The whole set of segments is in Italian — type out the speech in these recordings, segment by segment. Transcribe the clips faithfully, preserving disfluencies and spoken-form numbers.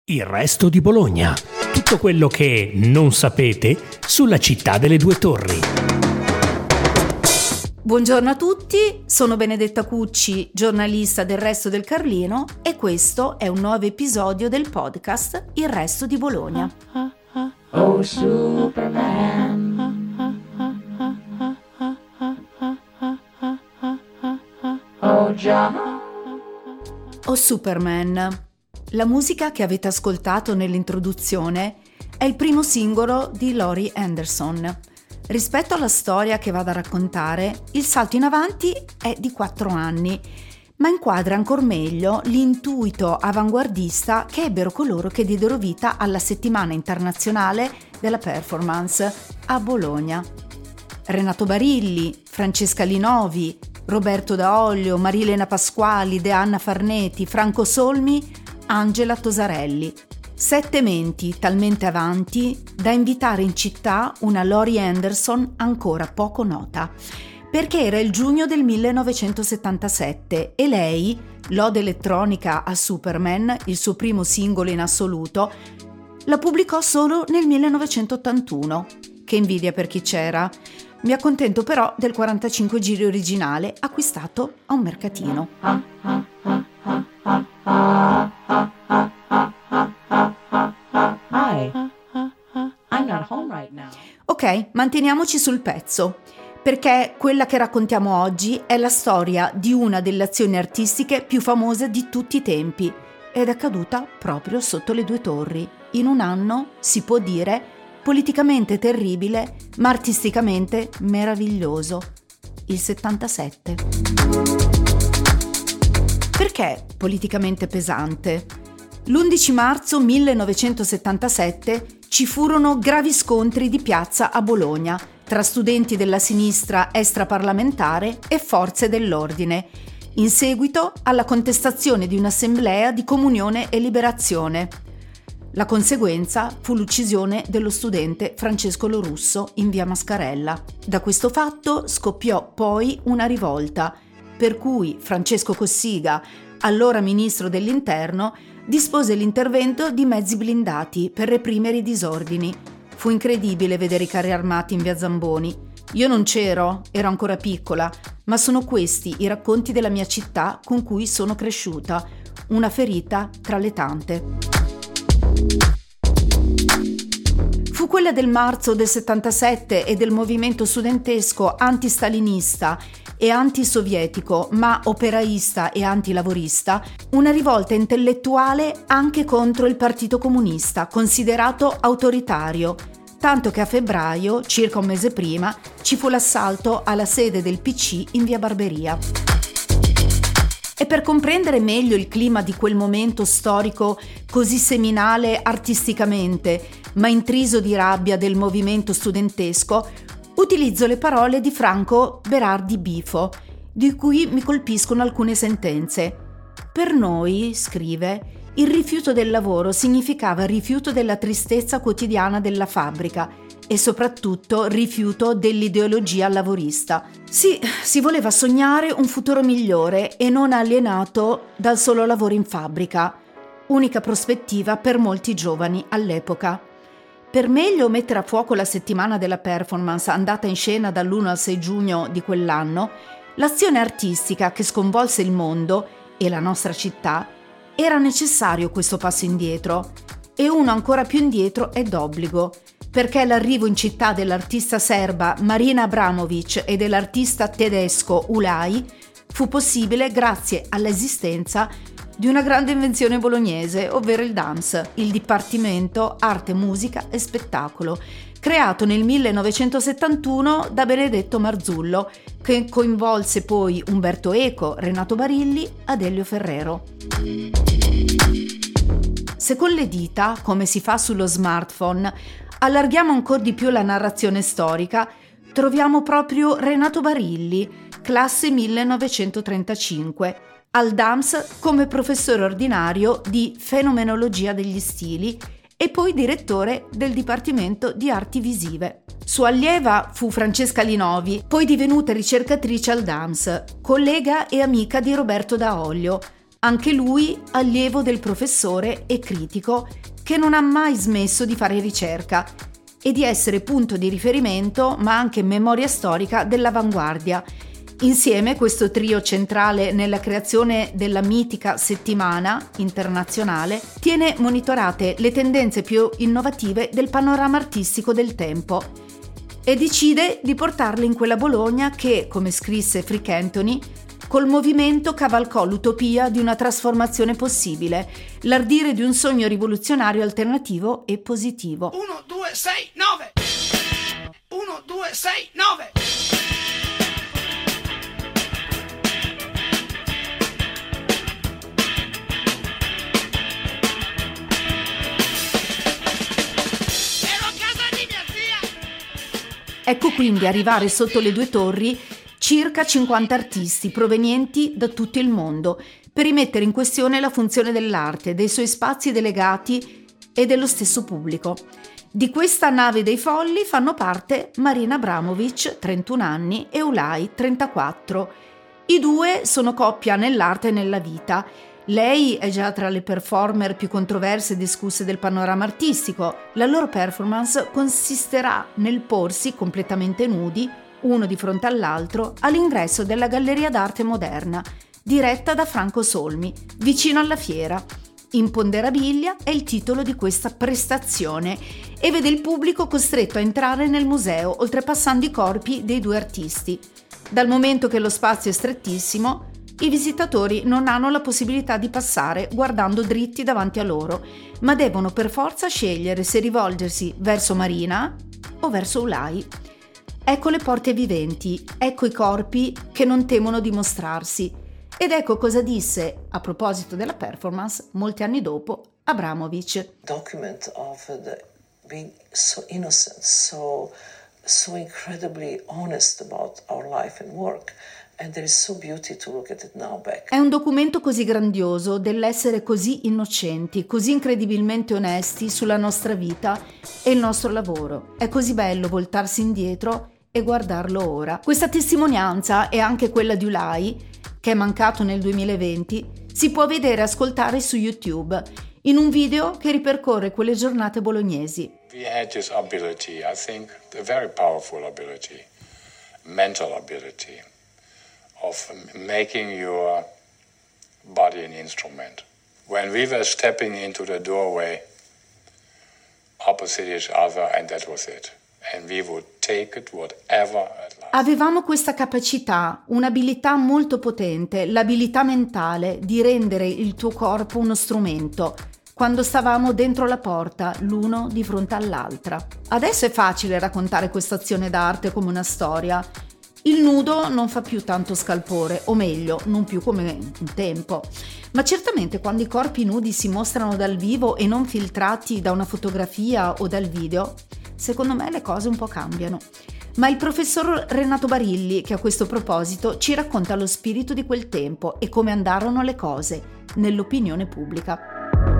Il resto di Bologna. Tutto quello che non sapete sulla città delle due torri. Buongiorno a tutti, sono Benedetta Cucci, giornalista del Resto del Carlino, e questo è un nuovo episodio del podcast Il resto di Bologna. Oh Superman. Oh John. Oh Superman. La musica che avete ascoltato nell'introduzione è il primo singolo di Laurie Anderson. Rispetto alla storia che vado a raccontare, il salto in avanti è di quattro anni, ma inquadra ancor meglio l'intuito avanguardista che ebbero coloro che diedero vita alla Settimana Internazionale della Performance a Bologna. Renato Barilli, Francesca Linovi, Roberto D'Aolio, Marilena Pasquali, De Anna Farneti, Franco Solmi, Angela Tosarelli. Sette menti talmente avanti da invitare in città una Laurie Anderson ancora poco nota, perché era il giugno del millenovecentosettantasette e lei, l'ode elettronica a Superman, il suo primo singolo in assoluto, la pubblicò solo nel millenovecentottantuno. Che invidia per chi c'era. Mi accontento però del quarantacinque giri originale acquistato a un mercatino. Hi. I'm not home right now. Ok, manteniamoci sul pezzo, perché quella che raccontiamo oggi è la storia di una delle azioni artistiche più famose di tutti i tempi ed è accaduta proprio sotto le due torri, in un anno, si può dire, politicamente terribile, ma artisticamente meraviglioso, il settantasette. Perché politicamente pesante? L'undici marzo millenovecentosettantasette ci furono gravi scontri di piazza a Bologna tra studenti della sinistra extraparlamentare e forze dell'ordine, in seguito alla contestazione di un'assemblea di Comunione e Liberazione. La conseguenza fu l'uccisione dello studente Francesco Lorusso in via Mascarella. Da questo fatto scoppiò poi una rivolta, per cui Francesco Cossiga, allora ministro dell'Interno, dispose l'intervento di mezzi blindati per reprimere i disordini. Fu incredibile vedere i carri armati in via Zamboni. Io non c'ero, ero ancora piccola, ma sono questi i racconti della mia città con cui sono cresciuta, una ferita tra le tante. Fu quella del marzo del settantasette e del movimento studentesco antistalinista e antisovietico, ma operaista e antilavorista, una rivolta intellettuale anche contro il Partito Comunista, considerato autoritario, tanto che a febbraio, circa un mese prima, ci fu l'assalto alla sede del P C in via Barberia. E per comprendere meglio il clima di quel momento storico così seminale artisticamente, ma intriso di rabbia del movimento studentesco, utilizzo le parole di Franco Berardi Bifo, di cui mi colpiscono alcune sentenze. Per noi, scrive, il rifiuto del lavoro significava rifiuto della tristezza quotidiana della fabbrica e soprattutto rifiuto dell'ideologia lavorista. Sì, si voleva sognare un futuro migliore e non alienato dal solo lavoro in fabbrica, unica prospettiva per molti giovani all'epoca. Per meglio mettere a fuoco la settimana della performance andata in scena dall'primo al sei giugno di quell'anno, l'azione artistica che sconvolse il mondo e la nostra città, era necessario questo passo indietro, e uno ancora più indietro è d'obbligo, perché l'arrivo in città dell'artista serba Marina Abramovic e dell'artista tedesco Ulay fu possibile grazie all'esistenza di una grande invenzione bolognese, ovvero il D A M S, il Dipartimento Arte, Musica e Spettacolo, creato nel millenovecentosettantuno da Benedetto Marzullo, che coinvolse poi Umberto Eco, Renato Barilli, Adelio Ferrero. Se con le dita, come si fa sullo smartphone, allarghiamo ancora di più la narrazione storica, troviamo proprio Renato Barilli, classe millenovecentotrentacinque, al D A M S come professore ordinario di fenomenologia degli stili e poi direttore del Dipartimento di Arti Visive. Sua allieva fu Francesca Linovi, poi divenuta ricercatrice al D A M S, collega e amica di Roberto D'Aolio, Anche lui allievo del professore e critico che non ha mai smesso di fare ricerca e di essere punto di riferimento, ma anche memoria storica dell'avanguardia. Insieme questo trio centrale nella creazione della mitica settimana internazionale tiene monitorate le tendenze più innovative del panorama artistico del tempo e decide di portarle in quella Bologna che, come scrisse Frick Anthony, col movimento cavalcò l'utopia di una trasformazione possibile, l'ardire di un sogno rivoluzionario alternativo e positivo. uno, due, sei, nove! uno, due, sei, nove! Ecco quindi arrivare sotto le due torri circa cinquanta artisti provenienti da tutto il mondo per rimettere in questione la funzione dell'arte, dei suoi spazi delegati e dello stesso pubblico. Di questa nave dei folli fanno parte Marina Abramovic, trentuno anni, e Ulay, trentaquattro. I due sono coppia nell'arte e nella vita. Lei è già tra le performer più controverse e discusse del panorama artistico. La loro performance consisterà nel porsi completamente nudi, uno di fronte all'altro, all'ingresso della Galleria d'Arte Moderna, diretta da Franco Solmi, vicino alla fiera. Imponderabilia è il titolo di questa prestazione e vede il pubblico costretto a entrare nel museo, oltrepassando i corpi dei due artisti. Dal momento che lo spazio è strettissimo, i visitatori non hanno la possibilità di passare guardando dritti davanti a loro, ma devono per forza scegliere se rivolgersi verso Marina o verso Ulay. Ecco le porte viventi, ecco i corpi che non temono di mostrarsi. Ed ecco cosa disse, a proposito della performance, molti anni dopo, Abramovic. Document of the being so innocent, so, so incredibly honest about our life and work. And there is so beauty to look at it now back. È un documento così grandioso dell'essere così innocenti, così incredibilmente onesti sulla nostra vita e il nostro lavoro. È così bello voltarsi indietro e guardarlo ora. Questa testimonianza e anche quella di Ulay, che è mancato nel duemilaventi, si può vedere e ascoltare su YouTube in un video che ripercorre quelle giornate bolognesi. We had this ability, I think, a very powerful ability, mental ability, of making your body an instrument. When we were stepping into the doorway opposite each other, and that was it. And we would take it whatever at last. Avevamo questa capacità, un'abilità molto potente, l'abilità mentale di rendere il tuo corpo uno strumento, quando stavamo dentro la porta, l'uno di fronte all'altra. Adesso è facile raccontare questa azione d'arte come una storia. Il nudo non fa più tanto scalpore, o meglio, non più come un tempo. Ma certamente quando i corpi nudi si mostrano dal vivo e non filtrati da una fotografia o dal video, secondo me le cose un po' cambiano. Ma il professor Renato Barilli, che a questo proposito ci racconta lo spirito di quel tempo e come andarono le cose nell'opinione pubblica.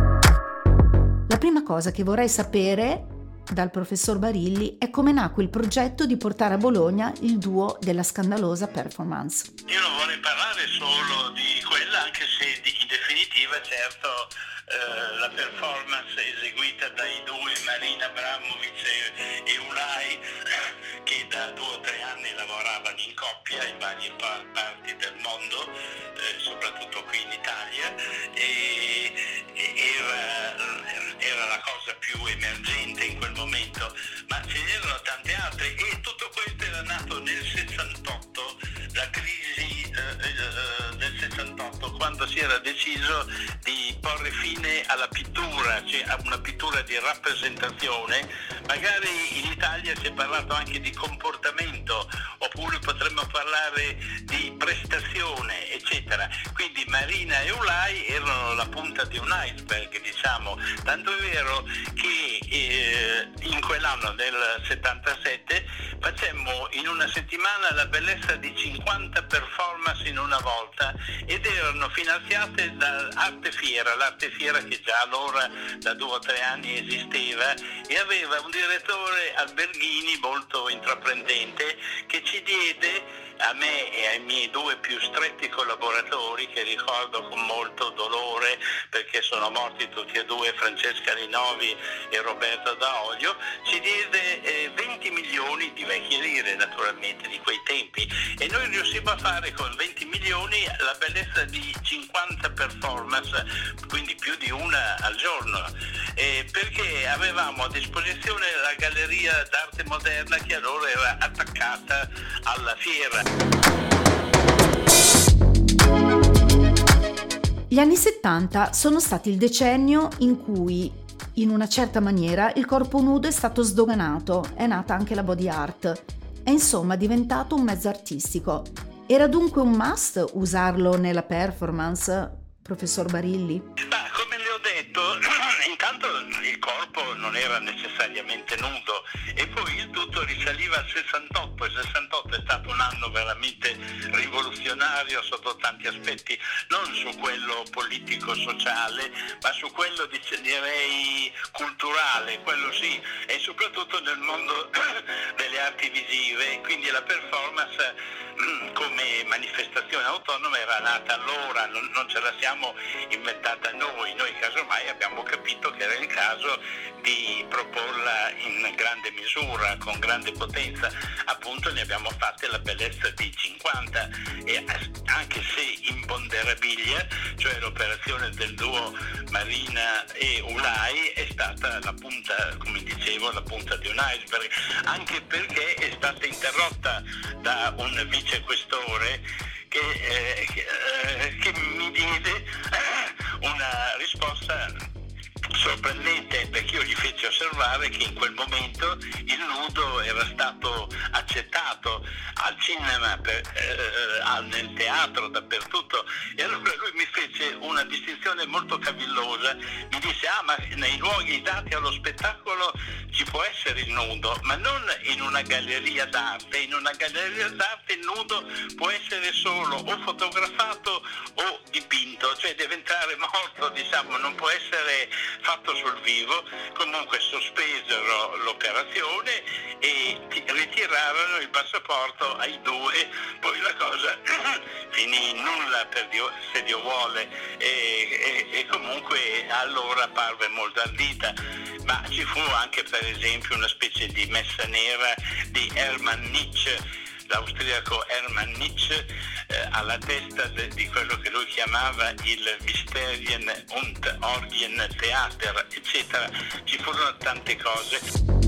La prima cosa che vorrei sapere dal professor Barilli è come nacque il progetto di portare a Bologna il duo della scandalosa performance. Io non vorrei parlare solo di quella, anche se di, in definitiva certo eh, la performance eseguita dai due Marina Abramovic e, e Ulay, che da due o tre anni lavoravano in coppia in varie par- parti del mondo, eh, soprattutto qui in Italia, e, e era, era la cosa più emergente in quel momento, ma ce n'erano tante altre e tutto questo era nato nel sessantotto, la crisi eh, eh, del sessantotto, quando si era deciso di porre fine alla pittura, cioè a una pittura di rappresentazione. Magari in Italia si è parlato anche di comportamento, oppure potremmo parlare di prestazione, eccetera. Quindi Marina e Ulay erano la punta di un iceberg, diciamo, tanto è vero che eh, in quell'anno del settantasette facemmo in una settimana la bellezza di cinquanta performance in una volta ed erano finanziate da Arte Fiera, l'Arte Fiera che già allora da due o tre anni esisteva e aveva un direttore Alberghini molto intraprendente che ci diede a me e ai miei due più stretti collaboratori, che ricordo con molto dolore perché sono morti tutti e due, Francesca Rinovi e Roberto D'Aolio, ci diede eh, venti milioni di vecchie lire, naturalmente, di quei tempi, e noi riuscimmo a fare con venti milioni la bellezza di cinquanta performance, quindi più di una al giorno, eh, perché avevamo a disposizione la galleria d'arte moderna che allora era attaccata alla fiera. Gli anni settanta sono stati il decennio in cui, in una certa maniera, il corpo nudo è stato sdoganato, è nata anche la body art, è insomma diventato un mezzo artistico. Era dunque un must usarlo nella performance, professor Barilli? Ma come le ho detto, intanto il corpo non era necessariamente nudo, e poi il tutto risaliva al sessantotto. Il sessantotto è stato un anno veramente rivoluzionario sotto tanti aspetti, non su quello politico-sociale, ma su quello, direi, culturale, quello sì, e soprattutto nel mondo delle arti visive. Quindi la performance come manifestazione autonoma era nata allora, non, non ce la siamo inventata noi, noi casomai abbiamo capito che era il caso di proporla in grande misura, con grande potenza. Appunto ne abbiamo fatte la bellezza di cinquanta, e anche se imponderabilia, cioè l'operazione del duo Marina e Ulai, è stata la punta, come dicevo, la punta di un iceberg, anche perché è stata interrotta da un vicequestore che, eh, che, eh, che mi diede una risposta sorprendente, perché io gli feci osservare che in quel momento il nudo era stato accettato al cinema, per, eh, nel teatro, dappertutto, e allora lui mi fece una distinzione molto cavillosa, mi disse: ah, ma nei luoghi dati allo spettacolo ci può essere il nudo, ma non in una galleria d'arte. In una galleria d'arte il nudo può essere solo o fotografato o dipinto, cioè deve entrare morto, diciamo, non può essere fatto sul vivo. Comunque sospesero l'operazione e ritirarono il passaporto ai due. Poi la cosa finì in nulla, per Dio, se Dio vuole, e, e, e comunque allora parve molto ardita. Ma ci fu anche, per esempio, una specie di messa nera di Hermann Nietzsche, l'austriaco Hermann Nietzsche, eh, alla testa de, di quello che lui chiamava il Mysterien und Orgien Theater, eccetera. Ci furono tante cose.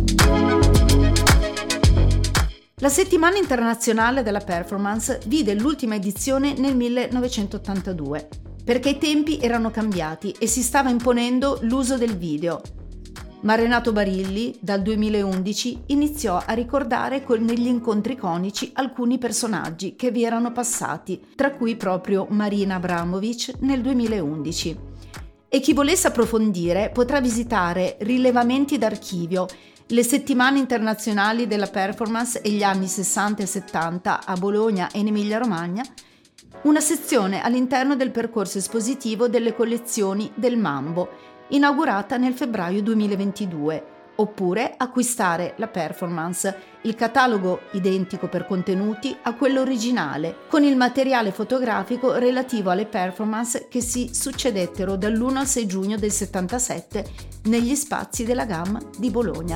La settimana internazionale della performance vide l'ultima edizione nel millenovecentottantadue, perché i tempi erano cambiati e si stava imponendo l'uso del video. Ma Renato Barilli, dal duemilaundici, iniziò a ricordare con, negli incontri iconici alcuni personaggi che vi erano passati, tra cui proprio Marina Abramovic nel duemilaundici. E chi volesse approfondire potrà visitare Rilevamenti d'archivio, le settimane internazionali della performance e gli anni sessanta e settanta a Bologna e in Emilia-Romagna, una sezione all'interno del percorso espositivo delle collezioni del Mambo, inaugurata nel febbraio duemilaventidue, oppure acquistare la performance, il catalogo identico per contenuti a quello originale, con il materiale fotografico relativo alle performance che si succedettero dall'primo al sei giugno del settantasette negli spazi della G A M di Bologna.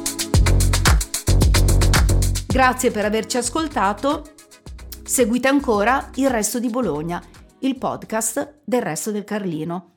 Grazie per averci ascoltato. Seguite ancora Il Resto di Bologna, il podcast del Resto del Carlino.